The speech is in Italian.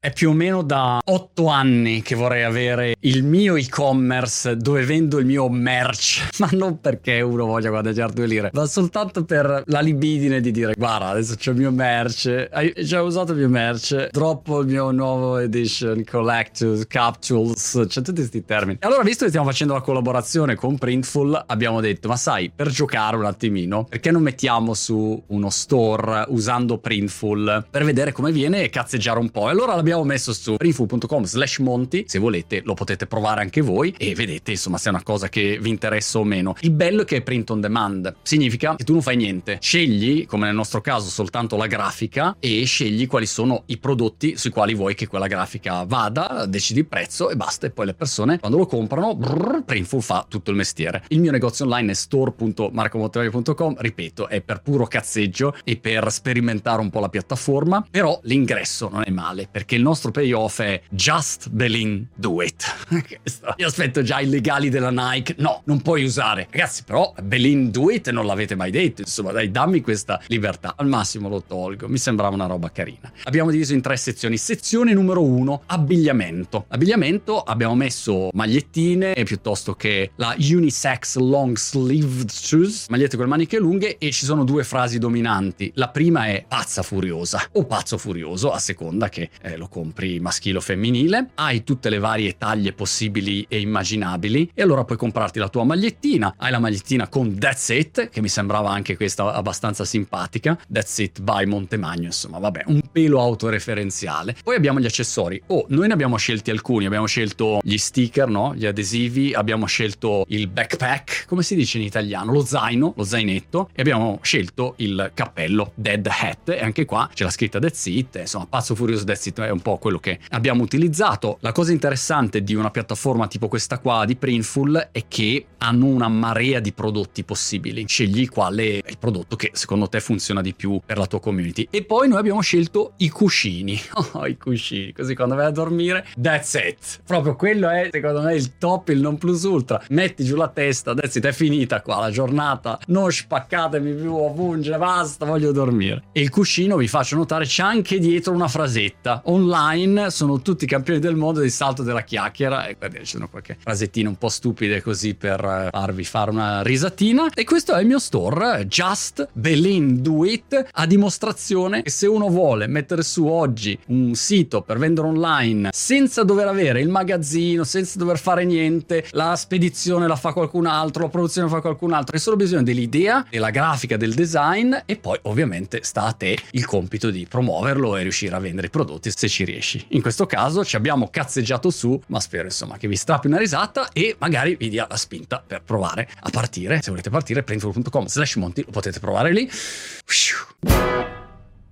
È più o meno da 8 anni che vorrei avere il mio e-commerce dove vendo il mio merch, ma non perché uno voglia guadagnare 2 lire, ma soltanto per la libidine di dire guarda adesso c'è il mio merch, hai già usato il mio merch, droppo il mio nuovo edition, collectors, capsules, c'è tutti questi termini. E allora, visto che stiamo facendo la collaborazione con Printful, abbiamo detto ma sai, per giocare un attimino, perché non mettiamo su uno store usando Printful per vedere come viene e cazzeggiare un po'. E allora l'abbiamo messo su printful.com/monti, se volete lo potete provare anche voi e vedete insomma se è una cosa che vi interessa o meno. Il bello è che è print on demand, significa che tu non fai niente, scegli, come nel nostro caso, soltanto la grafica e scegli quali sono i prodotti sui quali vuoi che quella grafica vada, decidi il prezzo e basta, e poi le persone quando lo comprano, Printful fa tutto il mestiere. Il mio negozio online è store.marcomontemagno.com, ripeto, è per puro cazzeggio e per sperimentare un po' la piattaforma, però l'ingresso non è male perché il nostro payoff è just Belin do it. Io aspetto già i legali della Nike, no, non puoi usare, ragazzi, però Belin do it non l'avete mai detto, insomma dai, dammi questa libertà, al massimo lo tolgo, mi sembrava una roba carina. Abbiamo diviso in 3 sezioni. Sezione numero 1, abbigliamento. Abbiamo messo magliettine piuttosto che la unisex long sleeved shoes, magliette con le maniche lunghe, e ci sono 2 frasi dominanti. La prima è pazza furiosa o pazzo furioso, a seconda che lo compri maschile o femminile. Hai tutte le varie taglie possibili e immaginabili e allora puoi comprarti la tua magliettina. Hai la magliettina con That's It, che mi sembrava anche questa abbastanza simpatica, That's It by Montemagno, insomma vabbè, un pelo autoreferenziale. Poi abbiamo gli accessori. Noi ne abbiamo scelti alcuni, abbiamo scelto gli sticker, no? Gli adesivi, abbiamo scelto il backpack, come si dice in italiano, lo zaino, lo zainetto, e abbiamo scelto il cappello Dead Hat, e anche qua c'è la scritta That's It, insomma pazzo furioso That's It è un po' quello che abbiamo utilizzato. La cosa interessante di una piattaforma tipo questa qua di Printful è che hanno una marea di prodotti possibili, scegli quale è il prodotto che secondo te funziona di più per la tua community. E poi noi abbiamo scelto i cuscini, i cuscini, così quando vai a dormire that's it, proprio quello è secondo me il top, il non plus ultra, metti giù la testa, that's it, è finita qua la giornata, non spaccatemi più a pungere, basta, voglio dormire. E il cuscino, vi faccio notare, c'è anche dietro una frasetta. Online sono tutti campioni del mondo del salto della chiacchiera, e guardate, ci sono qualche frasettine un po' stupide così per farvi fare una risatina. E questo è il mio store, Just Belin Do It, a dimostrazione che se uno vuole mettere su oggi un sito per vendere online senza dover avere il magazzino, senza dover fare niente, la spedizione la fa qualcun altro, la produzione la fa qualcun altro, hai solo bisogno dell'idea, della grafica, del design, e poi ovviamente sta a te il compito di promuoverlo e riuscire a vendere i prodotti se ci riesci. In questo caso ci abbiamo cazzeggiato su, ma spero insomma che vi strappi una risata e magari vi dia la spinta per provare a partire. Se volete partire, printful.com/monti, lo potete provare lì.